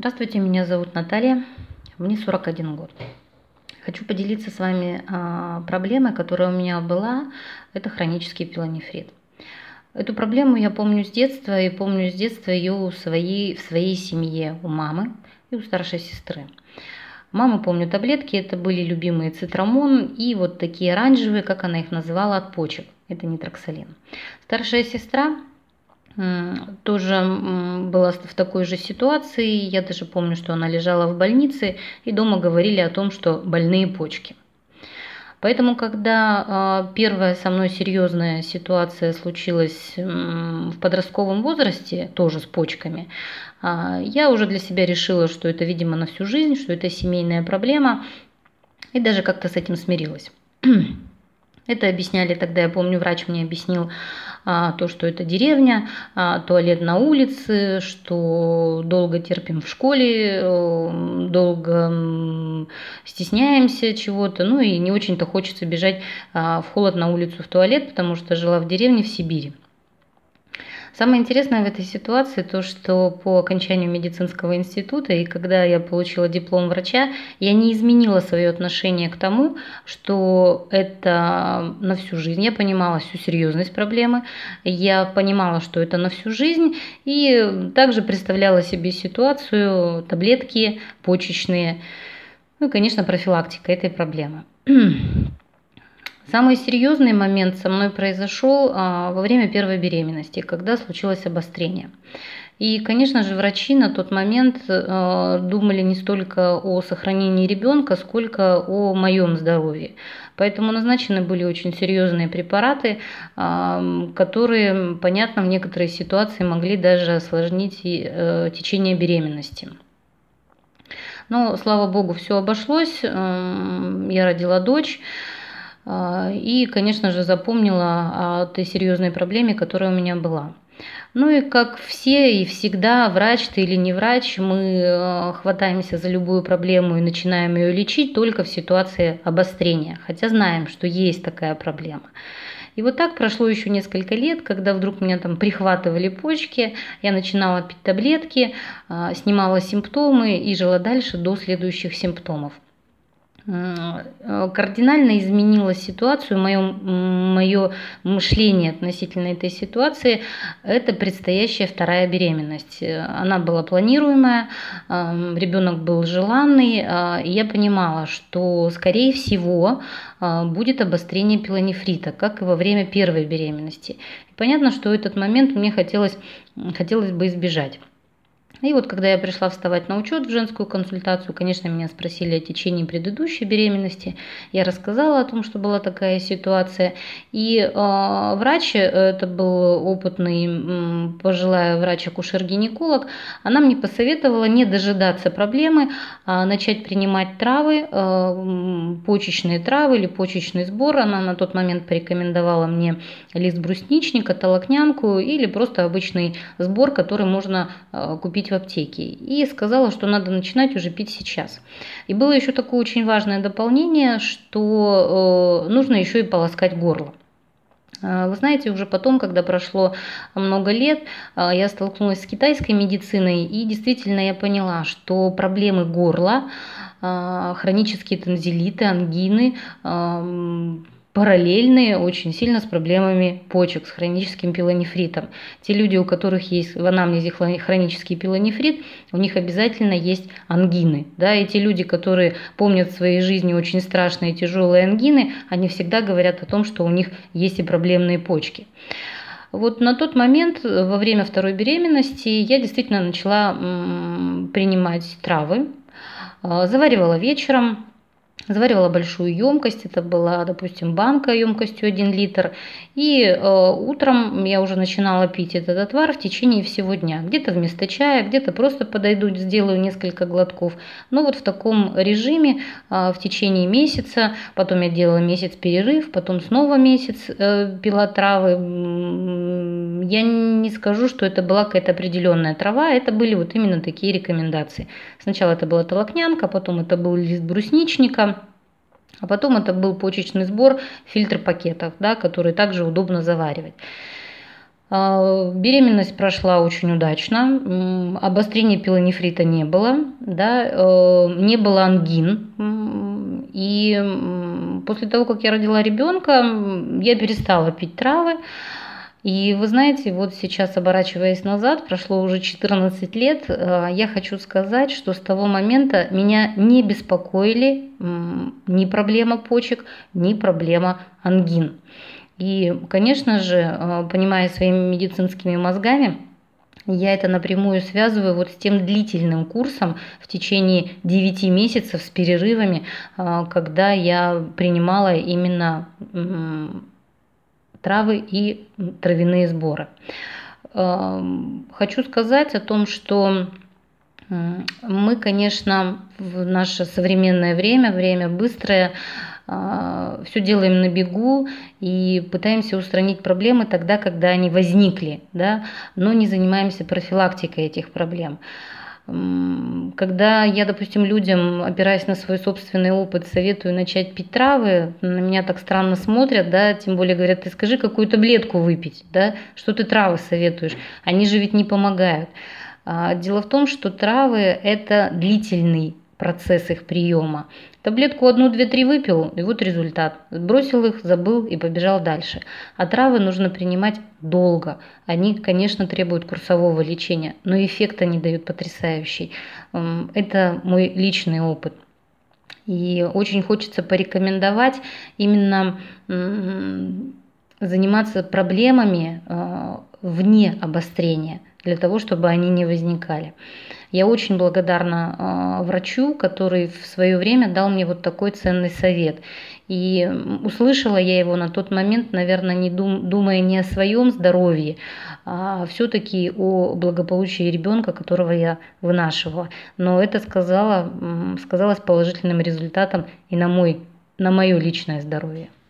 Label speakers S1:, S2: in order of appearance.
S1: Здравствуйте, меня зовут Наталья, мне 41 год. Хочу поделиться с вами проблемой, которая у меня была, это хронический пилонефрит. Эту проблему я помню с детства, и помню с детства ее в своей семье, у мамы и у старшей сестры. Мамы, помню, таблетки, это были любимые цитрамон и вот такие оранжевые, как она их называла, от почек, это нитроксалин. Старшая сестра тоже была в такой же ситуации. Я даже помню, что она лежала в больнице, и дома говорили о том, что больные почки. Поэтому, когда первая со мной серьезная ситуация случилась в подростковом возрасте, тоже с почками, я уже для себя решила, что это, видимо, на всю жизнь, что это семейная проблема, и даже как-то с этим смирилась. Это объясняли тогда, я помню, врач мне объяснил то, что это деревня, туалет на улице, что долго терпим в школе, долго стесняемся чего-то, ну и не очень-то хочется бежать в холод на улицу в туалет, потому что жила в деревне в Сибири. Самое интересное в этой ситуации то, что по окончанию медицинского института и когда я получила диплом врача, я не изменила свое отношение к тому, что это на всю жизнь. Я понимала всю серьезность проблемы, я понимала, что это на всю жизнь, и также представляла себе ситуацию, таблетки почечные, ну и, конечно, профилактика этой проблемы. Самый серьезный момент со мной произошел во время первой беременности, когда случилось обострение. И, конечно же, врачи на тот момент думали не столько о сохранении ребенка, сколько о моем здоровье. Поэтому назначены были очень серьезные препараты, которые, понятно, в некоторые ситуации могли даже осложнить течение беременности. Но, слава богу, все обошлось. Я родила дочь. И, конечно же, запомнила о той серьезной проблеме, которая у меня была. Ну и как все и всегда, врач ты или не врач, мы хватаемся за любую проблему и начинаем ее лечить только в ситуации обострения, хотя знаем, что есть такая проблема. И вот так прошло еще несколько лет, когда вдруг меня там прихватывали почки, я начинала пить таблетки, снимала симптомы и жила дальше до следующих симптомов. Кардинально изменила ситуацию, мое мышление относительно этой ситуации, это предстоящая вторая беременность. Она была планируемая, ребенок был желанный, и я понимала, что, скорее всего, будет обострение пилонефрита, как и во время первой беременности. И понятно, что этот момент мне хотелось бы избежать. И вот когда я пришла вставать на учет в женскую консультацию, конечно, меня спросили о течении предыдущей беременности. Я рассказала о том, что была такая ситуация. И врач, это был опытный, пожилая врач-акушер-гинеколог, она мне посоветовала не дожидаться проблемы, а начать принимать травы, почечные травы или почечный сбор. Она на тот момент порекомендовала мне лист брусничника, толокнянку или просто обычный сбор, который можно купить в аптеке, и сказала, что надо начинать уже пить сейчас. И было еще такое очень важное дополнение, что нужно еще и полоскать горло. Вы знаете, уже потом, когда прошло много лет, я столкнулась с китайской медициной, и действительно я поняла, что проблемы горла, хронические танзелиты, ангины параллельные очень сильно с проблемами почек, с хроническим пилонефритом. Те люди, у которых есть в анамнезе хронический пилонефрит, у них обязательно есть ангины. Да? И те люди, которые помнят в своей жизни очень страшные тяжелые ангины, они всегда говорят о том, что у них есть и проблемные почки. Вот на тот момент, во время второй беременности, я действительно начала принимать травы, заваривала вечером. Заваривала большую емкость, это была, допустим, банка емкостью 1 литр. И утром я уже начинала пить этот отвар в течение всего дня. Где-то вместо чая, где-то просто подойду, сделаю несколько глотков. Но вот в таком режиме в течение месяца, потом я делала месяц перерыв, потом снова месяц пила травы. Я не скажу, что это была какая-то определенная трава, это были вот именно такие рекомендации. Сначала это была толокнянка, потом это был лист брусничника, а потом это был почечный сбор, фильтр пакетов, да, который также удобно заваривать. Беременность прошла очень удачно, обострения пилонефрита не было, да, не было ангин. И после того, как я родила ребенка, я перестала пить травы. И вы знаете, вот сейчас, оборачиваясь назад, прошло уже 14 лет, я хочу сказать, что с того момента меня не беспокоили ни проблема почек, ни проблема ангин. И, конечно же, понимая своими медицинскими мозгами, я это напрямую связываю вот с тем длительным курсом в течение 9 месяцев с перерывами, когда я принимала именно травы и травяные сборы. Хочу сказать о том, что мы, конечно, в наше современное время быстрое, все делаем на бегу и пытаемся устранить проблемы тогда, когда они возникли, да, но не занимаемся профилактикой этих проблем. Когда я, допустим, людям, опираясь на свой собственный опыт, советую начать пить травы, на меня так странно смотрят, да, тем более говорят: ты скажи, какую таблетку выпить, да, что ты травы советуешь, они же ведь не помогают. Дело в том, что травы – это длительный процесс их приема. Таблетку 1, 2, 3 выпил, и вот результат. Бросил их, забыл и побежал дальше. А травы нужно принимать долго. Они, конечно, требуют курсового лечения, но эффект они дают потрясающий. Это мой личный опыт. И очень хочется порекомендовать именно заниматься проблемами вне обострения, для того, чтобы они не возникали. Я очень благодарна врачу, который в свое время дал мне вот такой ценный совет. И услышала я его на тот момент, наверное, не думая не о своем здоровье, а все-таки о благополучии ребенка, которого я вынашивала. Но это сказалось положительным результатом и на мое личное здоровье.